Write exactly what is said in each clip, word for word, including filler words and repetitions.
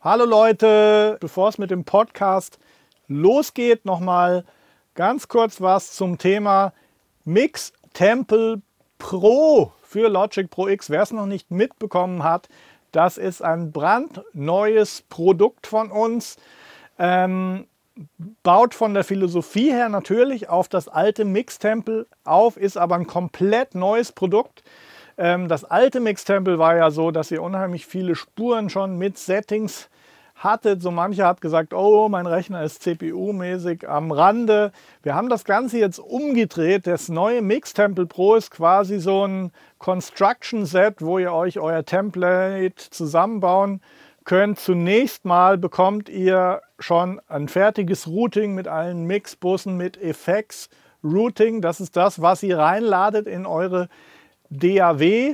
Hallo Leute, bevor es mit dem Podcast losgeht, nochmal ganz kurz was zum Thema Mix Temple Pro für Logic Pro X. Wer es noch nicht mitbekommen hat, das ist ein brandneues Produkt von uns. Ähm, baut von der Philosophie her natürlich auf das alte Mix Temple auf, ist aber ein komplett neues Produkt. Ähm, das alte Mix Temple war ja so, dass ihr unheimlich viele Spuren schon mit Settings hattet. So mancher hat gesagt, oh, mein Rechner ist C P U-mäßig am Rande. Wir haben das Ganze jetzt umgedreht. Das neue Mix Temple Pro ist quasi so ein Construction Set, wo ihr euch euer Template zusammenbauen könnt. Zunächst mal bekommt ihr schon ein fertiges Routing mit allen Mixbussen, mit Effects Routing. Das ist das, was ihr reinladet in eure D A W.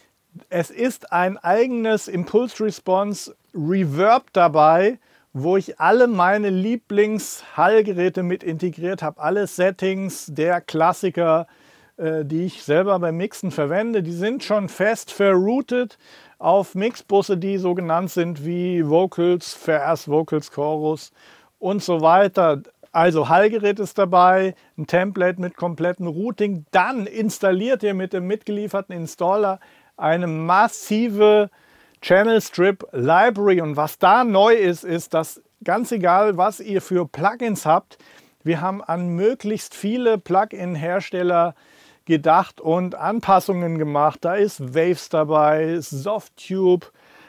Es ist ein eigenes Impulse Response Reverb dabei, wo ich alle meine Lieblings-Hallgeräte mit integriert habe. Alle Settings der Klassiker, äh, die ich selber beim Mixen verwende, die sind schon fest verroutet auf Mixbusse, die so genannt sind wie Vocals, Vers, Vocals, Chorus und so weiter. Also Hallgerät ist dabei, ein Template mit komplettem Routing. Dann installiert ihr mit dem mitgelieferten Installer eine massive Channel Strip Library. Und was da neu ist, ist, dass ganz egal, was ihr für Plugins habt, wir haben an möglichst viele Plugin-Hersteller gedacht und Anpassungen gemacht. Da ist Waves dabei, Softtube,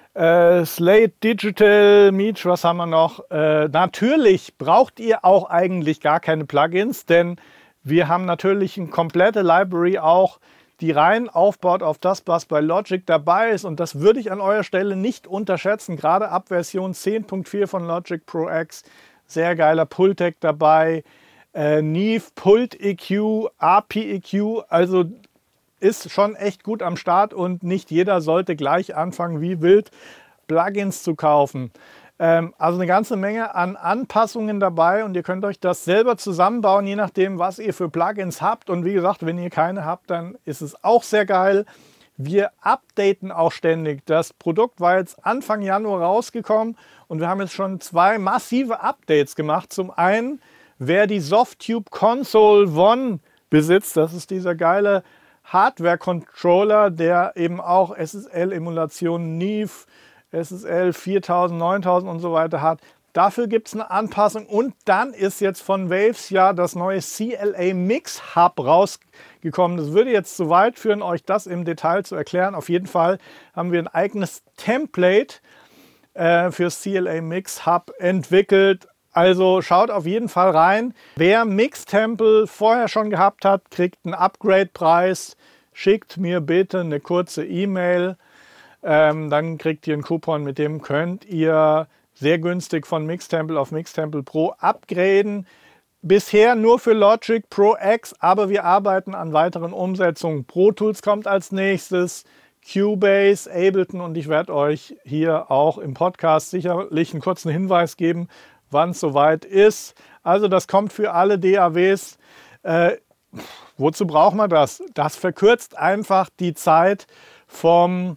äh, Slate Digital, Meech, was haben wir noch? Äh, natürlich braucht ihr auch eigentlich gar keine Plugins, denn wir haben natürlich eine komplette Library auch, die rein aufbaut auf das, was bei Logic dabei ist. Und das würde ich an eurer Stelle nicht unterschätzen. Gerade ab Version zehn Punkt vier von Logic Pro X. Sehr geiler Pultec dabei. Äh, Neve, Pult E Q, A P E Q. Also ist schon echt gut am Start. Und nicht jeder sollte gleich anfangen, wie wild Plugins zu kaufen. Ähm, also eine ganze Menge an Anpassungen dabei. Und ihr könnt euch das selber zusammenbauen, je nachdem, was ihr für Plugins habt. Und wie gesagt, wenn ihr keine habt, dann ist es auch sehr geil. Wir updaten auch ständig. Das Produkt war jetzt Anfang Januar rausgekommen und wir haben jetzt schon zwei massive Updates gemacht. Zum einen, wer die Softtube Console One besitzt, das ist dieser geile Hardware-Controller, der eben auch S S L-Emulation, Neve, S S L viertausend, neuntausend und so weiter hat. Dafür gibt es eine Anpassung und dann ist jetzt von Waves ja das neue C L A Mix Hub rausgekommen. Das würde jetzt zu weit führen, euch das im Detail zu erklären. Auf jeden Fall haben wir ein eigenes Template äh, für C L A Mix Hub entwickelt. Also schaut auf jeden Fall rein. Wer Mix Temple vorher schon gehabt hat, kriegt einen Upgrade-Preis. Schickt mir bitte eine kurze E-Mail. Ähm, dann kriegt ihr einen Coupon, mit dem könnt ihr sehr günstig von Mix Temple auf Mix Temple Pro upgraden. Bisher nur für Logic Pro X, aber wir arbeiten an weiteren Umsetzungen. Pro Tools kommt als nächstes, Cubase, Ableton und ich werde euch hier auch im Podcast sicherlich einen kurzen Hinweis geben, wann es soweit ist. Also das kommt für alle D A Ws. Äh, wozu braucht man das? Das verkürzt einfach die Zeit vom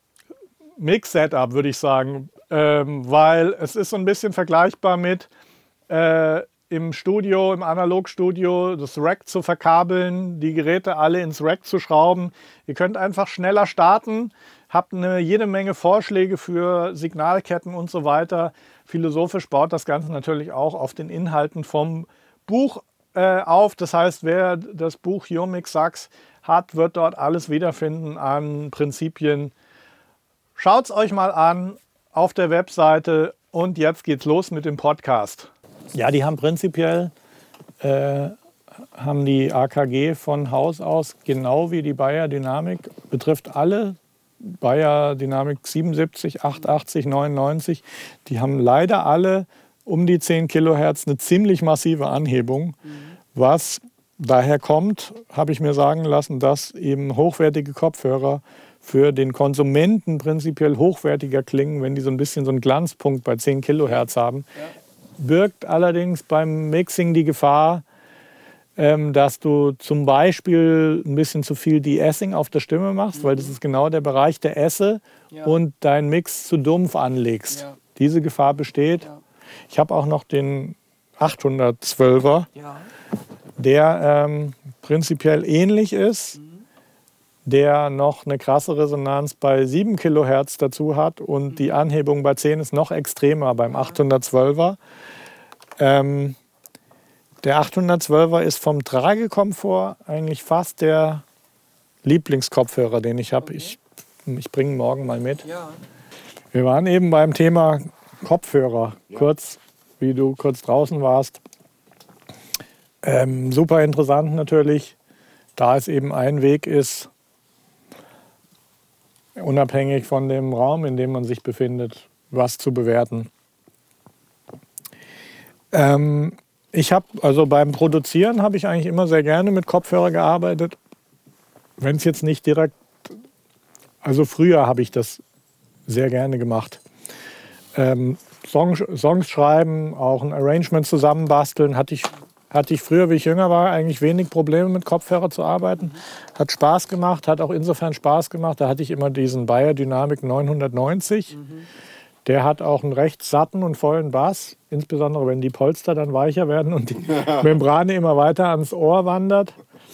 Mix-Setup, würde ich sagen, ähm, weil es ist so ein bisschen vergleichbar mit äh, im Studio, im Analogstudio das Rack zu verkabeln, die Geräte alle ins Rack zu schrauben. Ihr könnt einfach schneller starten, habt eine jede Menge Vorschläge für Signalketten und so weiter. Philosophisch baut das Ganze natürlich auch auf den Inhalten vom Buch äh, auf. Das heißt, wer das Buch Your Mix Sucks hat, wird dort alles wiederfinden an Prinzipien. Schaut es euch mal an auf der Webseite und jetzt geht's los mit dem Podcast. Ja, die haben prinzipiell äh, haben die A K G von Haus aus, genau wie die Bayer Dynamic, betrifft alle. Bayer Dynamic siebenundsiebzig, achtundachtzig, neunundneunzig, die haben leider alle um die zehn Kilohertz eine ziemlich massive Anhebung, mhm. was daher kommt, habe ich mir sagen lassen, dass eben hochwertige Kopfhörer für den Konsumenten prinzipiell hochwertiger klingen, wenn die so ein bisschen so einen Glanzpunkt bei zehn Kilohertz haben. Ja. Birgt allerdings beim Mixing die Gefahr, ähm, dass du zum Beispiel ein bisschen zu viel De-Essing auf der Stimme machst, mhm. weil das ist genau der Bereich der Esse ja. und deinen Mix zu dumpf anlegst. Ja. diese Gefahr besteht. Ja. Ich habe auch noch den achthundertzwölfer, Ja. der ähm, prinzipiell ähnlich ist, Mhm. der noch eine krasse Resonanz bei sieben Kilohertz dazu hat und Mhm. die Anhebung bei zehn ist noch extremer beim achthundertzwölfer. Ähm, der achthundertzwölfer ist vom Tragekomfort eigentlich fast der Lieblingskopfhörer, den ich habe. Okay. Ich, ich bringe ihn morgen mal mit. Ja. Wir waren eben beim Thema Kopfhörer, Ja. kurz, wie du kurz draußen warst. Ähm, super interessant natürlich, da es eben ein Weg ist, unabhängig von dem Raum, in dem man sich befindet, was zu bewerten. Ähm, ich habe, also beim Produzieren habe ich eigentlich immer sehr gerne mit Kopfhörer gearbeitet. Wenn es jetzt nicht direkt, also früher habe ich das sehr gerne gemacht. Ähm, Songs, Songs schreiben, auch ein Arrangement zusammenbasteln, hatte ich, hatte ich früher, wie ich jünger war, eigentlich wenig Probleme mit Kopfhörer zu arbeiten. Hat Spaß gemacht, hat auch insofern Spaß gemacht. Da hatte ich immer diesen Bayer Dynamic neunhundertneunzig. Mhm. Der hat auch einen recht satten und vollen Bass, insbesondere wenn die Polster dann weicher werden und die Membrane immer weiter ans Ohr wandert.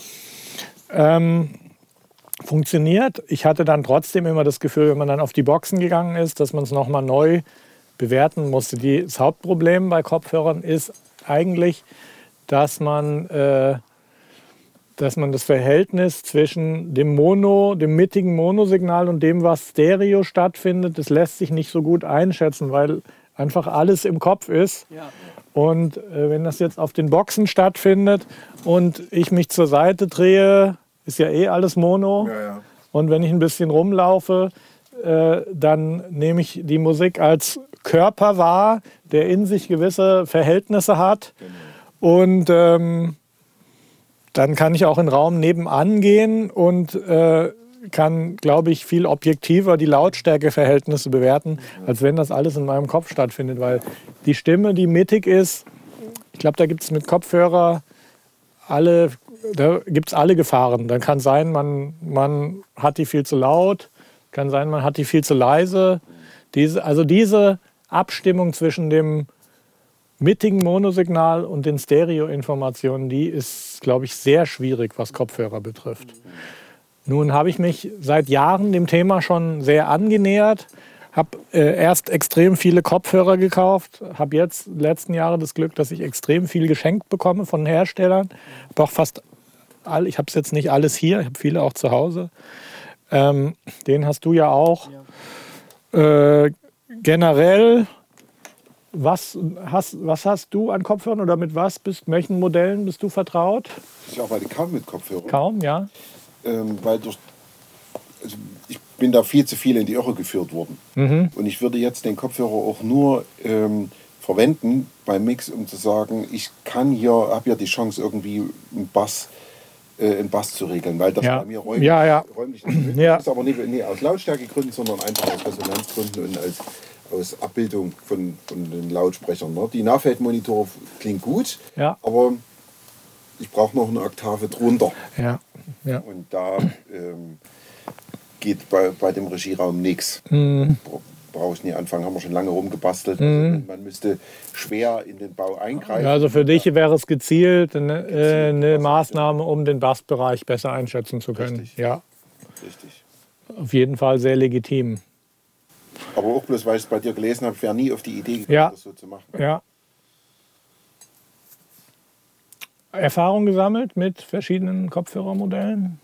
Ähm, funktioniert. Ich hatte dann trotzdem immer das Gefühl, wenn man dann auf die Boxen gegangen ist, dass man es nochmal neu bewerten musste. Die, das Hauptproblem bei Kopfhörern ist eigentlich, dass man, äh, dass man das Verhältnis zwischen dem Mono, dem mittigen Monosignal und dem, was Stereo stattfindet, das lässt sich nicht so gut einschätzen, weil einfach alles im Kopf ist. Ja. Und äh, wenn das jetzt auf den Boxen stattfindet und ich mich zur Seite drehe, ist ja eh alles Mono. Ja, ja. Und wenn ich ein bisschen rumlaufe, äh, dann nehme ich die Musik als Körper wahr, der in sich gewisse Verhältnisse hat. Und ähm, dann kann ich auch in den Raum nebenan gehen und äh, kann, glaube ich, viel objektiver die Lautstärkeverhältnisse bewerten, als wenn das alles in meinem Kopf stattfindet. Weil die Stimme, die mittig ist, ich glaube, da gibt es mit Kopfhörer alle, da gibt's alle Gefahren. Dann kann sein, man, man hat die viel zu laut, kann sein, man hat die viel zu leise. Diese, also diese Abstimmung zwischen dem mittigen Monosignal und den Stereo-Informationen, die ist, glaube ich, sehr schwierig, was Kopfhörer betrifft. Nun habe ich mich seit Jahren dem Thema schon sehr angenähert, habe äh, erst extrem viele Kopfhörer gekauft, habe jetzt letzten Jahre das Glück, dass ich extrem viel geschenkt bekomme von Herstellern. Habe auch fast all, ich habe es jetzt nicht alles hier, ich habe viele auch zu Hause. Ähm, den hast du ja auch. Ja. Äh, generell, was hast, was hast du an Kopfhörern oder mit was bist, welchen Modellen bist du vertraut? Ich arbeite kaum mit Kopfhörern. Kaum, ja. Ähm, weil durch, also ich bin da viel zu viel in die Irre geführt worden. Mhm. Und ich würde jetzt den Kopfhörer auch nur ähm, verwenden beim Mix, um zu sagen, ich kann hier, habe hier die Chance, irgendwie einen Bass, äh, einen Bass zu regeln, weil das Ja. bei mir räumlich, Ja, ja. räumlich nicht möglich Ja. ist, aber nicht, nicht aus Lautstärkegründen, sondern einfach aus Resonanzgründen und als, aus Abbildung von, von den Lautsprechern. Ne? Die Nahfeldmonitore klingt gut, Ja. aber ich brauche noch eine Oktave drunter. Ja. Ja. Und da ähm, geht bei, bei dem Regieraum nichts. Mhm. Brauche ich nie anfangen, haben wir schon lange rumgebastelt. Mhm. Also man müsste schwer in den Bau eingreifen. Ja, also für dich wäre es gezielt eine, äh, eine Gezielt, Maßnahme, um den Bassbereich besser einschätzen zu können. Richtig. Ja, Richtig. auf jeden Fall sehr legitim. Aber auch bloß, weil ich es bei dir gelesen habe, wäre nie auf die Idee gekommen, Ja. das so zu machen. Ja. Erfahrung gesammelt mit verschiedenen Kopfhörermodellen?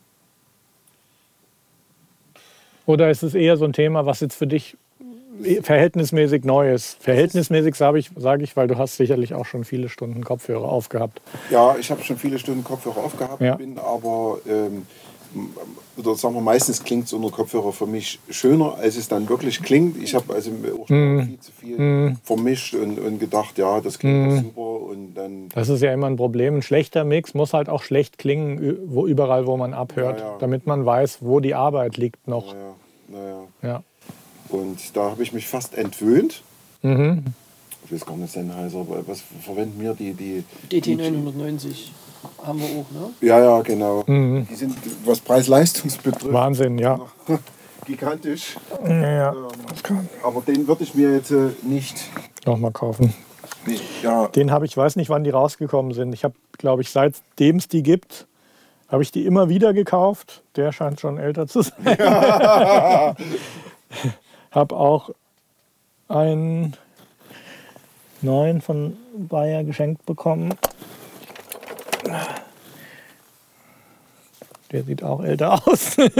Oder ist es eher so ein Thema, was jetzt für dich verhältnismäßig neu ist? Verhältnismäßig sage ich, sage ich, weil du hast sicherlich auch schon viele Stunden Kopfhörer aufgehabt. Ja, ich habe schon viele Stunden Kopfhörer aufgehabt, Ja. bin aber, ähm, oder sagen wir, meistens klingt so ein Kopfhörer für mich schöner, als es dann wirklich klingt. Ich habe also auch schon Mm. viel zu viel Mm. vermischt und, und gedacht, ja, das klingt Mm. doch super und dann... Das ist ja immer ein Problem. Ein schlechter Mix muss halt auch schlecht klingen, ü- wo, überall, wo man abhört, Ja, ja. damit man weiß, wo die Arbeit liegt noch. Naja, naja. Ja. Und da habe ich mich fast entwöhnt. Mhm. Ich weiß gar nicht, Sennheiser, aber was verwenden wir die? die D T neunhundertneunzig haben wir auch, ne? Ja, ja, genau. Mhm. Die sind, was Preis-Leistungs betrifft, Wahnsinn, ja. gigantisch. Ja, Ähm, aber den würde ich mir jetzt äh, nicht... nochmal kaufen. Nee, ja, Den habe ich, weiß nicht, wann die rausgekommen sind. Ich habe, glaube ich, seitdem es die gibt, habe ich die immer wieder gekauft. Der scheint schon älter zu sein. Habe auch einen neuen von Bayer geschenkt bekommen. Der sieht auch älter aus. Ich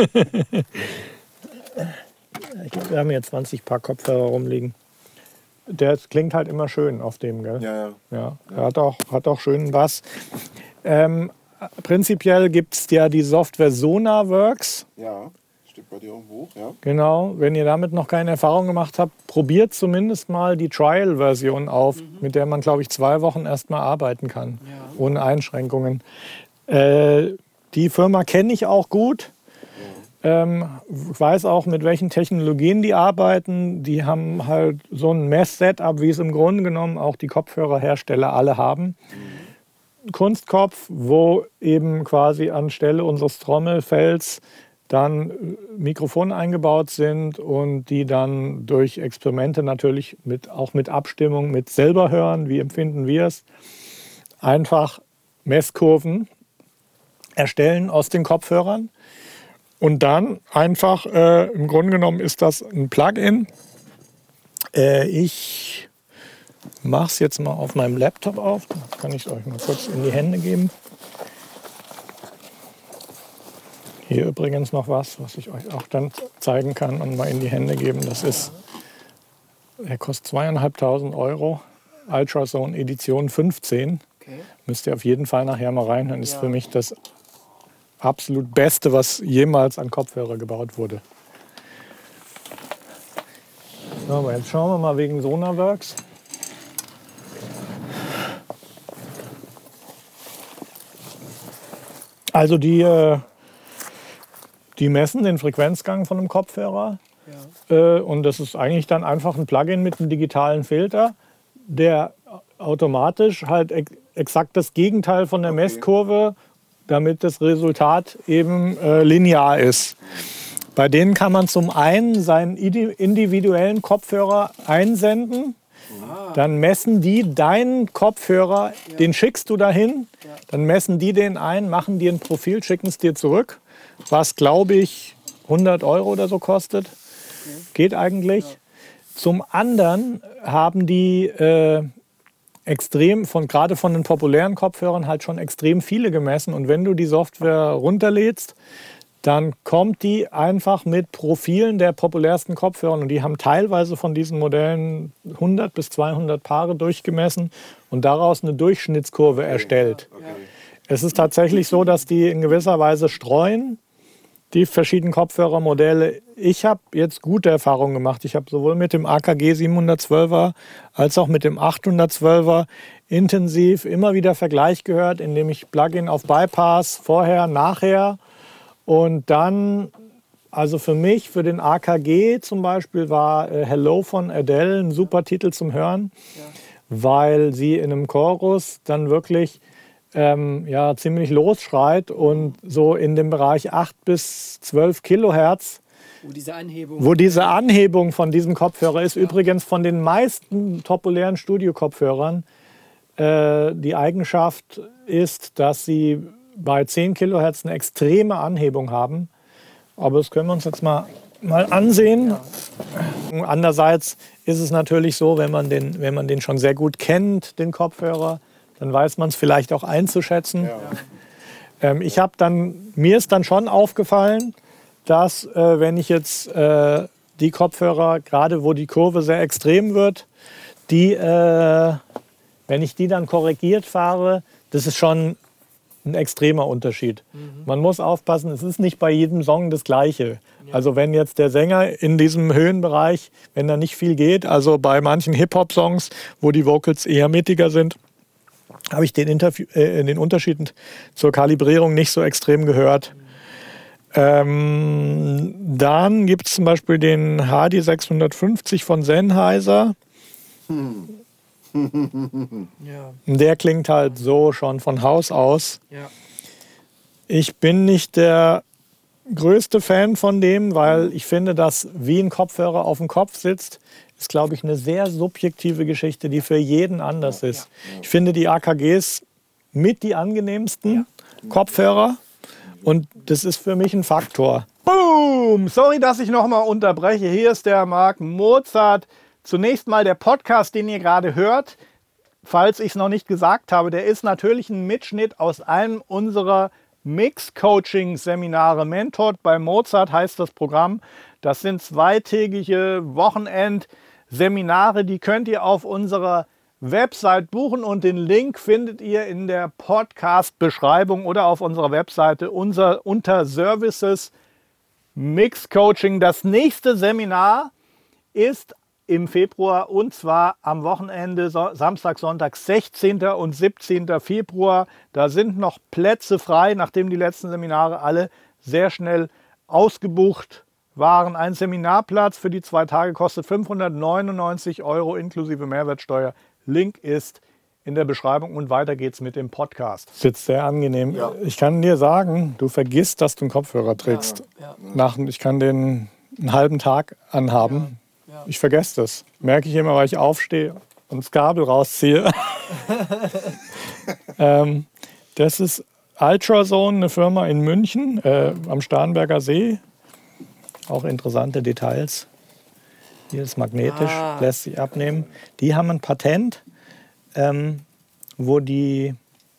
glaube, wir haben hier zwanzig Paar Kopfhörer rumliegen. Der klingt halt immer schön auf dem, gell? ja, ja. Ja, er hat auch, hat auch schönen Bass. Ähm, prinzipiell gibt es ja die Software Sonarworks. Ja, steht bei dir irgendwo, ja. Genau, wenn ihr damit noch keine Erfahrung gemacht habt, probiert zumindest mal die Trial-Version auf, mhm. mit der man, glaube ich, zwei Wochen erstmal arbeiten kann, ja. ohne Einschränkungen. Äh, die Firma kenne ich auch gut. Ähm, ich weiß auch, mit welchen Technologien die arbeiten. Die haben halt so ein Mess-Setup, wie es im Grunde genommen auch die Kopfhörerhersteller alle haben. Mhm. Kunstkopf, wo eben quasi anstelle unseres Trommelfells dann Mikrofone eingebaut sind und die dann durch Experimente natürlich mit, auch mit Abstimmung, mit selber hören, wie empfinden wir es, einfach Messkurven erstellen aus den Kopfhörern. Und dann einfach, äh, im Grunde genommen ist das ein Plugin. Äh, ich mache es jetzt mal auf meinem Laptop auf. Das kann ich euch mal kurz in die Hände geben. Hier übrigens noch was, was ich euch auch dann zeigen kann und mal in die Hände geben. Das ist, der kostet zweieinhalbtausend Euro. Ultrasound Edition fünfzehn. Okay. Müsst ihr auf jeden Fall nachher mal reinhören. Ist ja. für mich das absolut Beste, was jemals an Kopfhörer gebaut wurde. So, aber jetzt schauen wir mal wegen Sonarworks. Also die, äh, die messen den Frequenzgang von einem Kopfhörer. Ja. Äh, und das ist eigentlich dann einfach ein Plugin mit einem digitalen Filter, der automatisch halt ex exakt das Gegenteil von der okay. Messkurve, damit das Resultat eben äh, linear ist. Bei denen kann man zum einen seinen individuellen Kopfhörer einsenden, ah. dann messen die deinen Kopfhörer, ja. den schickst du dahin, ja. dann messen die den ein, machen dir ein Profil, schicken es dir zurück, was glaube ich hundert Euro oder so kostet. Okay. Geht eigentlich. Ja. Zum anderen haben die äh, extrem, von, gerade von den populären Kopfhörern halt schon extrem viele gemessen. Und wenn du die Software runterlädst, dann kommt die einfach mit Profilen der populärsten Kopfhörer. Und die haben teilweise von diesen Modellen hundert bis zweihundert Paare durchgemessen und daraus eine Durchschnittskurve okay. erstellt. Okay. Es ist tatsächlich so, dass die in gewisser Weise streuen, die verschiedenen Kopfhörermodelle. Ich habe jetzt gute Erfahrungen gemacht. Ich habe sowohl mit dem A K G siebenhundertzwölfer als auch mit dem achthundertzwölfer intensiv immer wieder Vergleich gehört, indem ich Plugin auf Bypass, vorher, nachher und dann, also für mich, für den A K G zum Beispiel war äh, Hello von Adele ein super Titel zum Hören, ja. weil sie in einem Chorus dann wirklich Ähm, ja, ziemlich losschreit und so in dem Bereich acht bis zwölf Kilohertz, wo diese Anhebung, wo diese Anhebung von diesem Kopfhörer ist, ja. übrigens von den meisten populären Studio-Kopfhörern äh, die Eigenschaft ist, dass sie bei zehn Kilohertz eine extreme Anhebung haben. Aber das können wir uns jetzt mal, mal ansehen. Ja. Andererseits ist es natürlich so, wenn man den, wenn man den schon sehr gut kennt, den Kopfhörer, dann weiß man es vielleicht auch einzuschätzen. Ja. Ähm, ich habe dann, mir ist dann schon aufgefallen, dass äh, wenn ich jetzt äh, die Kopfhörer, gerade wo die Kurve sehr extrem wird, die, äh, wenn ich die dann korrigiert fahre, das ist schon ein extremer Unterschied. Mhm. Man muss aufpassen, es ist nicht bei jedem Song das Gleiche. Ja. Also wenn jetzt der Sänger in diesem Höhenbereich, wenn da nicht viel geht, also bei manchen Hip-Hop-Songs, wo die Vocals eher mittiger sind, habe ich den, Interview, äh, den Unterschied zur Kalibrierung nicht so extrem gehört. Mhm. Ähm, dann gibt es zum Beispiel den H D sechshundertfünfzig von Sennheiser. Hm. ja. Der klingt halt so schon von Haus aus. Ja. Ich bin nicht der größte Fan von dem, weil ich finde, dass wie ein Kopfhörer auf dem Kopf sitzt, ist, glaube ich, eine sehr subjektive Geschichte, die für jeden anders ist. Ich finde die A K Gs mit die angenehmsten Kopfhörer und das ist für mich ein Faktor. Boom! Sorry, dass ich noch mal unterbreche. Hier ist der Marc Mozart. Zunächst mal der Podcast, den ihr gerade hört, falls ich es noch nicht gesagt habe, der ist natürlich ein Mitschnitt aus einem unserer Mix-Coaching-Seminare. Mentored bei Mozart heißt das Programm. Das sind zweitägige Wochenend-Seminare, die könnt ihr auf unserer Website buchen und den Link findet ihr in der Podcast-Beschreibung oder auf unserer Webseite unser, unter Services Mix-Coaching. Das nächste Seminar ist im Februar und zwar am Wochenende Samstag, Sonntag, sechzehnten und siebzehnten Februar. Da sind noch Plätze frei, nachdem die letzten Seminare alle sehr schnell ausgebucht waren. Ein Seminarplatz für die zwei Tage kostet fünfhundertneunundneunzig Euro inklusive Mehrwertsteuer. Link ist in der Beschreibung und weiter geht's mit dem Podcast. Sitzt sehr angenehm. Ja. Ich kann dir sagen, du vergisst, dass du einen Kopfhörer trägst. Ja, ja. Nach, ich kann den einen halben Tag anhaben. Ja. Ja. Ich vergesse das. Merke ich immer, weil ich aufstehe und das Kabel rausziehe. ähm, das ist Ultrazone, eine Firma in München äh, am Starnberger See. Auch interessante Details. Hier ist magnetisch, ah. lässt sich abnehmen. Die haben ein Patent, ähm, wo, die,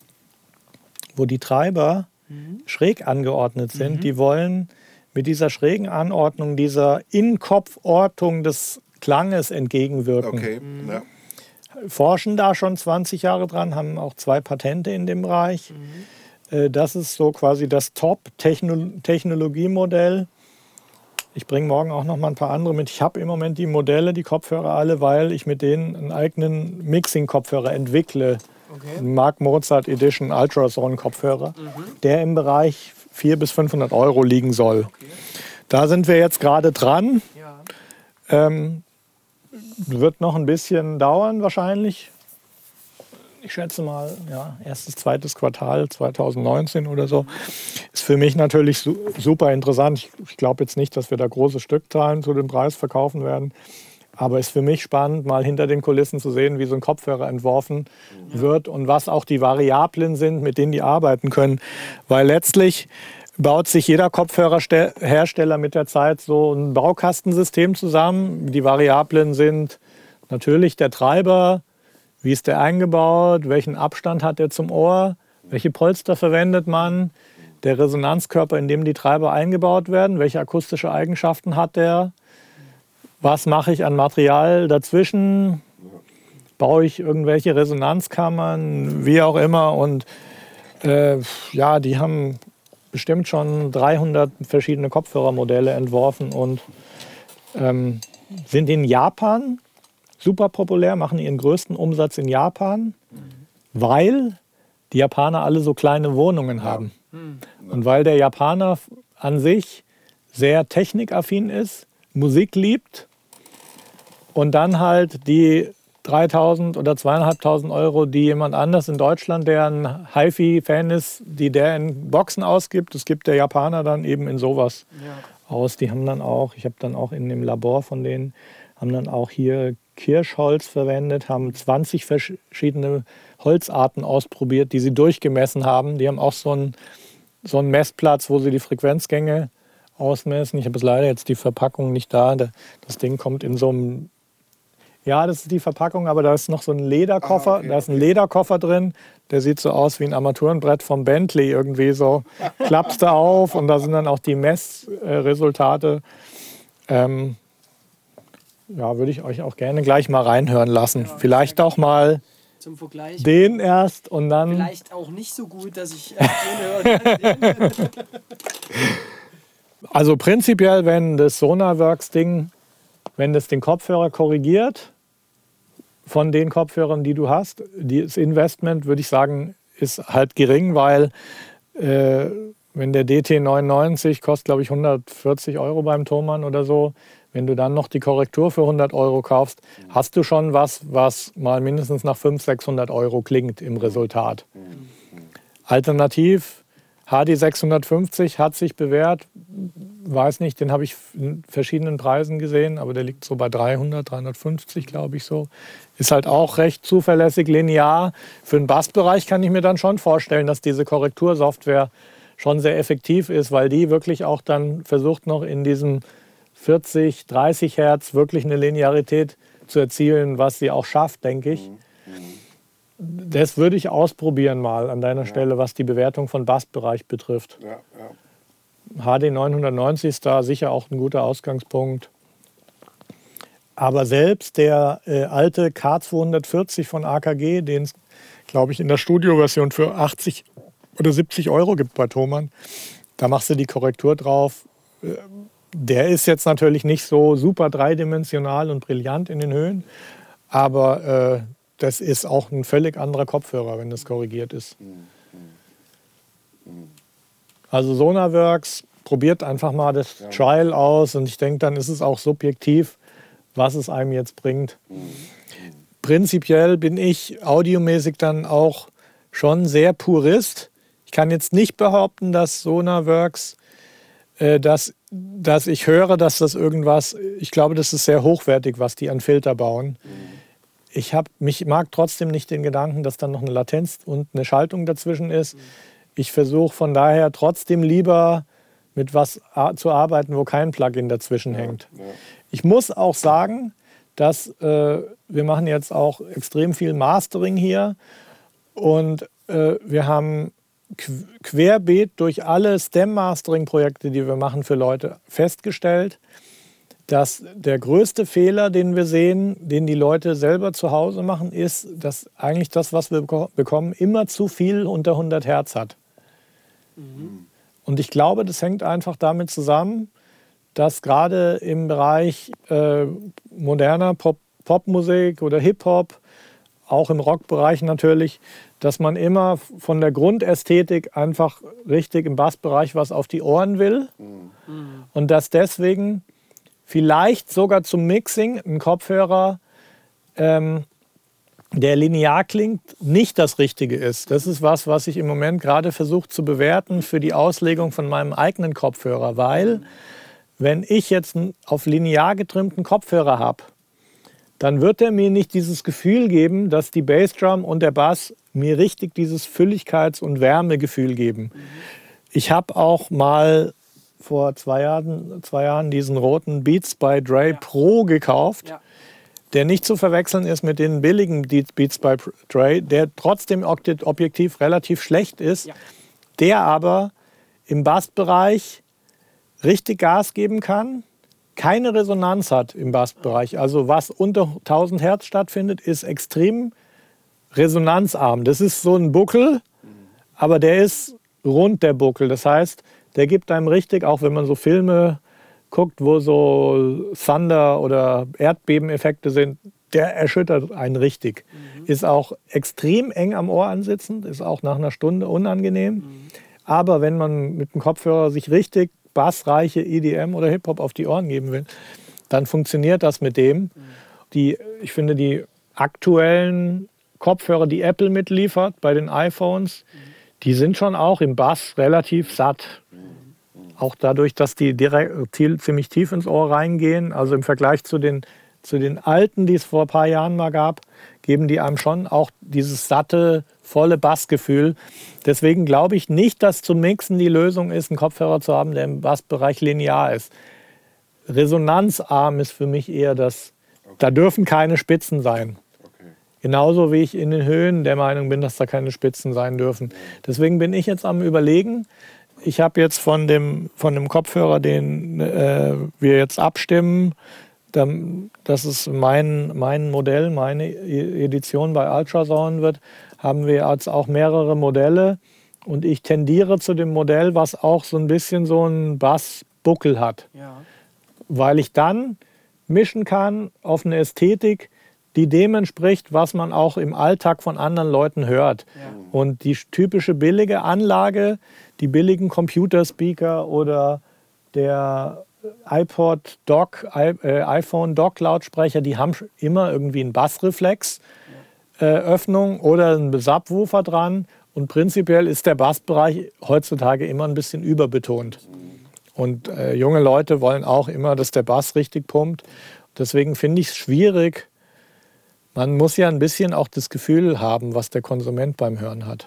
wo die Treiber mhm. schräg angeordnet sind. Mhm. Die wollen mit dieser schrägen Anordnung, dieser In-Kopf-Ortung des Klanges entgegenwirken. Okay. Mhm. Ja. Forschen da schon zwanzig Jahre dran, haben auch zwei Patente in dem Bereich. Mhm. Das ist so quasi das Top-Technologiemodell. Ich bringe morgen auch noch mal ein paar andere mit. Ich habe im Moment die Modelle, die Kopfhörer alle, weil ich mit denen einen eigenen Mixing-Kopfhörer entwickle. Okay. Marc Mozart Edition Ultrasonic-Kopfhörer, mhm. der im Bereich vierhundert bis fünfhundert Euro liegen soll. Okay. Da sind wir jetzt gerade dran. Ja. Ähm, wird noch ein bisschen dauern wahrscheinlich. Ich schätze mal, ja, erstes, zweites Quartal zweitausendneunzehn oder so. Ist für mich natürlich su super interessant. Ich, ich glaube jetzt nicht, dass wir da große Stückzahlen zu dem Preis verkaufen werden. Aber ist für mich spannend, mal hinter den Kulissen zu sehen, wie so ein Kopfhörer entworfen ja. wird und was auch die Variablen sind, mit denen die arbeiten können. Weil letztlich baut sich jeder Kopfhörerhersteller mit der Zeit so ein Baukastensystem zusammen. Die Variablen sind natürlich der Treiber, wie ist der eingebaut, welchen Abstand hat er zum Ohr, welche Polster verwendet man, der Resonanzkörper, in dem die Treiber eingebaut werden, welche akustische Eigenschaften hat der, was mache ich an Material dazwischen, baue ich irgendwelche Resonanzkammern, wie auch immer. Und äh, ja, die haben bestimmt schon dreihundert verschiedene Kopfhörermodelle entworfen und ähm, sind in Japan super populär, machen ihren größten Umsatz in Japan, weil die Japaner alle so kleine Wohnungen haben. Und weil der Japaner an sich sehr technikaffin ist, Musik liebt und dann halt die dreitausend oder zweitausendfünfhundert Euro, die jemand anders in Deutschland, der ein Hi-Fi-Fan ist, die der in Boxen ausgibt, das gibt der Japaner dann eben in sowas ja. aus. Die haben dann auch, ich habe dann auch in dem Labor von denen, haben dann auch hier Kirschholz verwendet, haben zwanzig verschiedene Holzarten ausprobiert, die sie durchgemessen haben. Die haben auch so einen, so einen Messplatz, wo sie die Frequenzgänge ausmessen. Ich habe jetzt leider jetzt die Verpackung nicht da. Das Ding kommt in so einem, ja, das ist die Verpackung, aber da ist noch so ein Lederkoffer. Ah, okay, da ist ein Lederkoffer drin, der sieht so aus wie ein Armaturenbrett vom Bentley irgendwie so. Klappst du auf und da sind dann auch die Messresultate. Ähm, Ja, würde ich euch auch gerne gleich mal reinhören lassen. Ja, vielleicht auch mal zum Vergleich den erst und dann... Vielleicht auch nicht so gut, dass ich äh, den höre. Also prinzipiell, wenn das Sonarworks-Ding, wenn das den Kopfhörer korrigiert, von den Kopfhörern, die du hast, das Investment, würde ich sagen, ist halt gering, weil äh, wenn der D T neunundneunzig kostet, glaube ich, hundertvierzig Euro beim Thomann oder so, wenn du dann noch die Korrektur für hundert Euro kaufst, hast du schon was, was mal mindestens nach fünfhundert, sechshundert Euro klingt im Resultat. Alternativ H D sechshundertfünfzig hat sich bewährt. Weiß nicht, den habe ich in verschiedenen Preisen gesehen, aber der liegt so bei dreihundert, dreihundertfünfzig, glaube ich so. Ist halt auch recht zuverlässig, linear. Für den Bassbereich kann ich mir dann schon vorstellen, dass diese Korrektursoftware schon sehr effektiv ist, weil die wirklich auch dann versucht, noch in diesem vierzig, dreißig Hertz wirklich eine Linearität zu erzielen, was sie auch schafft, denke ich. Das würde ich ausprobieren mal an deiner ja. Stelle, was die Bewertung von Bassbereich betrifft. Ja, ja. H D neunhundertneunzig ist da sicher auch ein guter Ausgangspunkt. Aber selbst der äh, alte K zweihundertvierzig von A K G, den es, glaube ich, in der Studioversion für achtzig oder siebzig Euro gibt bei Thomann, da machst du die Korrektur drauf. Der ist jetzt natürlich nicht so super dreidimensional und brillant in den Höhen, aber äh, das ist auch ein völlig anderer Kopfhörer, wenn das korrigiert ist. Also Sonarworks, probiert einfach mal das ja. Trial aus und ich denke, dann ist es auch subjektiv, was es einem jetzt bringt. Prinzipiell bin ich audiomäßig dann auch schon sehr Purist. Ich kann jetzt nicht behaupten, dass Sonarworks, äh, dass, dass ich höre, dass das irgendwas, ich glaube, das ist sehr hochwertig, was die an Filter bauen. Ich hab, mich mag trotzdem nicht den Gedanken, dass dann noch eine Latenz und eine Schaltung dazwischen ist. Ich versuche von daher trotzdem lieber mit was zu arbeiten, wo kein Plugin dazwischen hängt. Ja, ja. Ich muss auch sagen, dass äh, wir machen jetzt auch extrem viel Mastering hier und äh, wir haben querbeet durch alle Stem-Mastering-Projekte, die wir machen für Leute, festgestellt, dass der größte Fehler, den wir sehen, den die Leute selber zu Hause machen, ist, dass eigentlich das, was wir bekommen, immer zu viel unter hundert Hertz hat. Mhm. Und ich glaube, das hängt einfach damit zusammen, dass gerade im Bereich äh, moderner Pop Popmusik oder Hip-Hop, auch im Rockbereich natürlich, dass man immer von der Grundästhetik einfach richtig im Bassbereich was auf die Ohren will. Mhm. Und dass deswegen vielleicht sogar zum Mixing ein Kopfhörer, ähm, der linear klingt, nicht das Richtige ist. Das ist was, was ich im Moment gerade versuche zu bewerten für die Auslegung von meinem eigenen Kopfhörer. Weil, wenn ich jetzt einen auf linear getrimmten Kopfhörer habe, dann wird er mir nicht dieses Gefühl geben, dass die Bassdrum und der Bass mir richtig dieses Fülligkeits- und Wärmegefühl geben. Ich habe auch mal vor zwei Jahren, zwei Jahren diesen roten Beats by Dre ja. Pro gekauft, ja. der nicht zu verwechseln ist mit den billigen Beats by Dre, der trotzdem objektiv relativ schlecht ist, ja. der aber im Bassbereich richtig Gas geben kann, keine Resonanz hat im Bassbereich. Also was unter tausend Hertz stattfindet, ist extrem resonanzarm. Das ist so ein Buckel, aber der ist rund, der Buckel. Das heißt, der gibt einem richtig, auch wenn man so Filme guckt, wo so Thunder- oder Erdbebeneffekte sind, der erschüttert einen richtig. Mhm. Ist auch extrem eng am Ohr ansitzend, ist auch nach einer Stunde unangenehm. Mhm. Aber wenn man mit dem Kopfhörer sich richtig bassreiche E D M oder Hip-Hop auf die Ohren geben will, dann funktioniert das mit dem. Mhm. Die, ich finde, die aktuellen Kopfhörer, die Apple mitliefert bei den iPhones, mhm. die sind schon auch im Bass relativ satt. Auch dadurch, dass die direkt, ziemlich tief ins Ohr reingehen. Also im Vergleich zu den, zu den alten, die es vor ein paar Jahren mal gab, geben die einem schon auch dieses satte, volle Bassgefühl. Deswegen glaube ich nicht, dass zum Mixen die Lösung ist, einen Kopfhörer zu haben, der im Bassbereich linear ist. Resonanzarm ist für mich eher das, okay. da dürfen keine Spitzen sein. Okay. Genauso wie ich in den Höhen der Meinung bin, dass da keine Spitzen sein dürfen. Deswegen bin ich jetzt am Überlegen, ich habe jetzt von dem, von dem Kopfhörer, den äh, wir jetzt abstimmen, dann, das ist mein, mein Modell, meine Edition bei Ultrasound wird, haben wir jetzt auch mehrere Modelle. Und ich tendiere zu dem Modell, was auch so ein bisschen so einen Bassbuckel hat. Ja. Weil ich dann mischen kann auf eine Ästhetik, die dem entspricht, was man auch im Alltag von anderen Leuten hört. Ja. Und die typische billige Anlage, die billigen Computerspeaker oder der iPod Dock, äh, iPhone Dock Lautsprecher, die haben immer irgendwie einen Bassreflex, äh, Öffnung oder einen Subwoofer dran Und prinzipiell ist der Bassbereich heutzutage immer ein bisschen überbetont. Und äh, junge Leute wollen auch immer, dass der Bass richtig pumpt. Deswegen finde ich es schwierig. Man muss ja ein bisschen auch das Gefühl haben, was der Konsument beim Hören hat.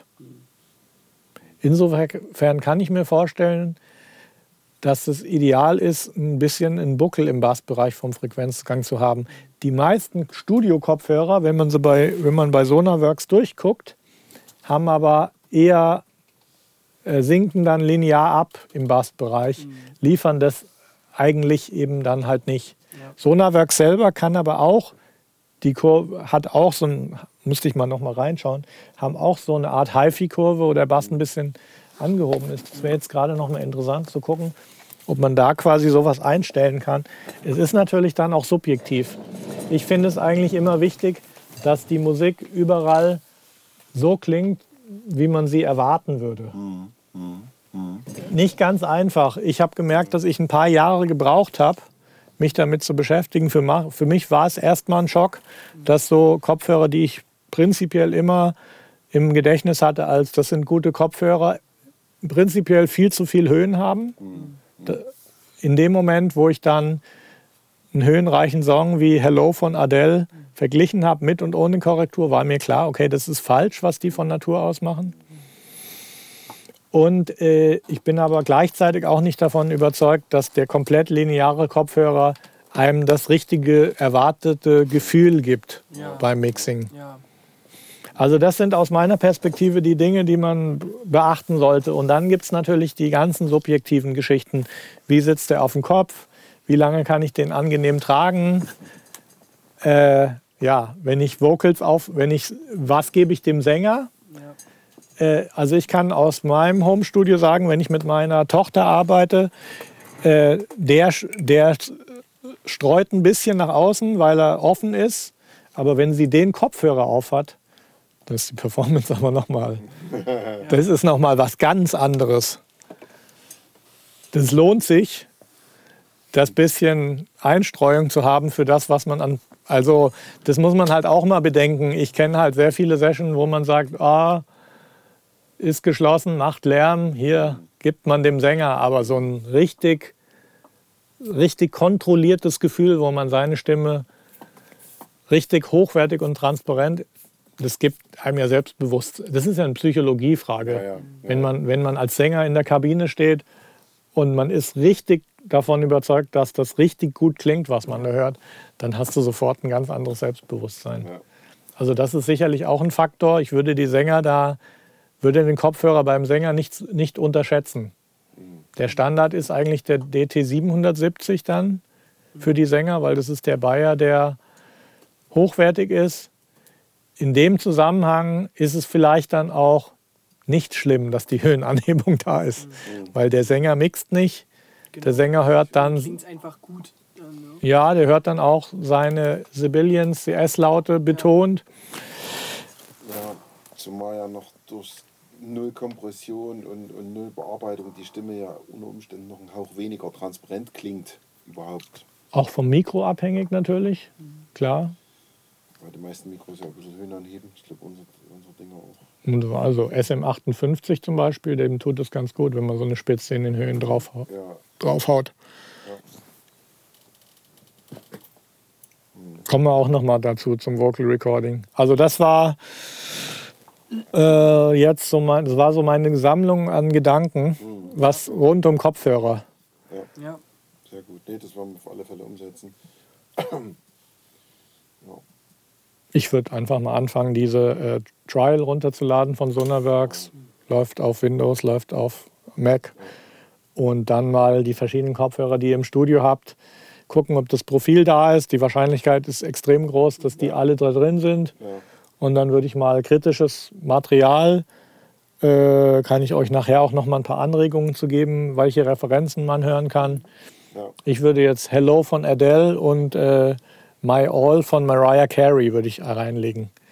Insofern kann ich mir vorstellen, dass es ideal ist, ein bisschen einen Buckel im Bassbereich vom Frequenzgang zu haben. Die meisten Studio-Kopfhörer, wenn man, so bei, wenn man bei Sonarworks durchguckt, haben aber eher, äh, sinken dann linear ab im Bassbereich, mhm. liefern das eigentlich eben dann halt nicht. Ja. Sonarworks selber kann aber auch, die Kurve hat auch so ein, müsste ich mal noch mal reinschauen, haben auch so eine Art Hi-Fi-Kurve, wo der Bass ein bisschen angehoben ist. Das wäre jetzt gerade noch mal interessant zu gucken, ob man da quasi sowas einstellen kann. Es ist natürlich dann auch subjektiv. Ich finde es eigentlich immer wichtig, dass die Musik überall so klingt, wie man sie erwarten würde. Mhm. Mhm. Nicht ganz einfach. Ich habe gemerkt, dass ich ein paar Jahre gebraucht habe, mich damit zu beschäftigen. Für, für mich war es erstmal ein Schock, dass so Kopfhörer, die ich prinzipiell immer im Gedächtnis hatte, als das sind gute Kopfhörer, prinzipiell viel zu viel Höhen haben. Mhm. In dem Moment, wo ich dann einen höhenreichen Song wie Hello von Adele verglichen habe mit und ohne Korrektur, war mir klar, okay, das ist falsch, was die von Natur aus machen. Und äh, ich bin aber gleichzeitig auch nicht davon überzeugt, dass der komplett lineare Kopfhörer einem das richtige, erwartete Gefühl gibt ja. beim Mixing. Ja. Also das sind aus meiner Perspektive die Dinge, die man beachten sollte. Und dann gibt es natürlich die ganzen subjektiven Geschichten. Wie sitzt der auf dem Kopf? Wie lange kann ich den angenehm tragen? Äh, ja, wenn ich Vocals auf, wenn ich, was gebe ich dem Sänger? Ja. Äh, also ich kann aus meinem Homestudio sagen, wenn ich mit meiner Tochter arbeite, äh, der, der streut ein bisschen nach außen, weil er offen ist. Aber wenn sie den Kopfhörer aufhat, dann ist die Performance aber nochmal, das ist nochmal was ganz anderes. Das lohnt sich, das bisschen Einstreuung zu haben für das, was man an, also das muss man halt auch mal bedenken. Ich kenne halt sehr viele Sessions, wo man sagt, ah, ist geschlossen, macht Lärm, hier gibt man dem Sänger aber so ein richtig, richtig kontrolliertes Gefühl, wo man seine Stimme richtig hochwertig und transparent, das gibt einem ja selbstbewusst. Das ist ja eine Psychologiefrage. Ja, ja, ja. Wenn man, wenn man als Sänger in der Kabine steht und man ist richtig davon überzeugt, dass das richtig gut klingt, was man da hört, dann hast du sofort ein ganz anderes Selbstbewusstsein. Ja. Also das ist sicherlich auch ein Faktor. Ich würde die Sänger da, würde den Kopfhörer beim Sänger nicht, nicht unterschätzen. Der Standard ist eigentlich der D T siebenhundertsiebzig dann für die Sänger, weil das ist der Bayer, der hochwertig ist. In dem Zusammenhang ist es vielleicht dann auch nicht schlimm, dass die Höhenanhebung da ist, mhm. weil der Sänger mixt nicht. Genau. Der Sänger hört dann, klingt's einfach gut. Dann, ne? Ja, der hört dann auch seine Sibilants, die S-Laute betont. Ja, zumal ja noch durch Null Kompression und, und Null Bearbeitung die Stimme ja unter Umständen noch ein Hauch weniger transparent klingt überhaupt. Auch vom Mikro abhängig natürlich, mhm. klar. Weil die meisten Mikros ja ein bisschen Höhen anheben. Ich glaube, unsere, unsere Dinger auch. Also S M achtundfünfzig zum Beispiel, dem tut es ganz gut, wenn man so eine Spitze in den Höhen draufhaut. Ja. draufhaut. Ja. Hm. Kommen wir auch noch mal dazu zum Vocal Recording. Also das war äh, jetzt so mein, das war so meine Sammlung an Gedanken, hm. was rund um Kopfhörer. Ja. ja, sehr gut. Nee, das wollen wir auf alle Fälle umsetzen. Ja. Ich würde einfach mal anfangen, diese äh, Trial runterzuladen von Sonarworks. Läuft auf Windows, läuft auf Mac. Und dann mal die verschiedenen Kopfhörer, die ihr im Studio habt, gucken, ob das Profil da ist. Die Wahrscheinlichkeit ist extrem groß, dass die alle da drin sind. Und dann würde ich mal kritisches Material, äh, kann ich euch nachher auch noch mal ein paar Anregungen zu geben, welche Referenzen man hören kann. Ich würde jetzt Hello von Adele und äh, My All von Mariah Carey würde ich reinlegen.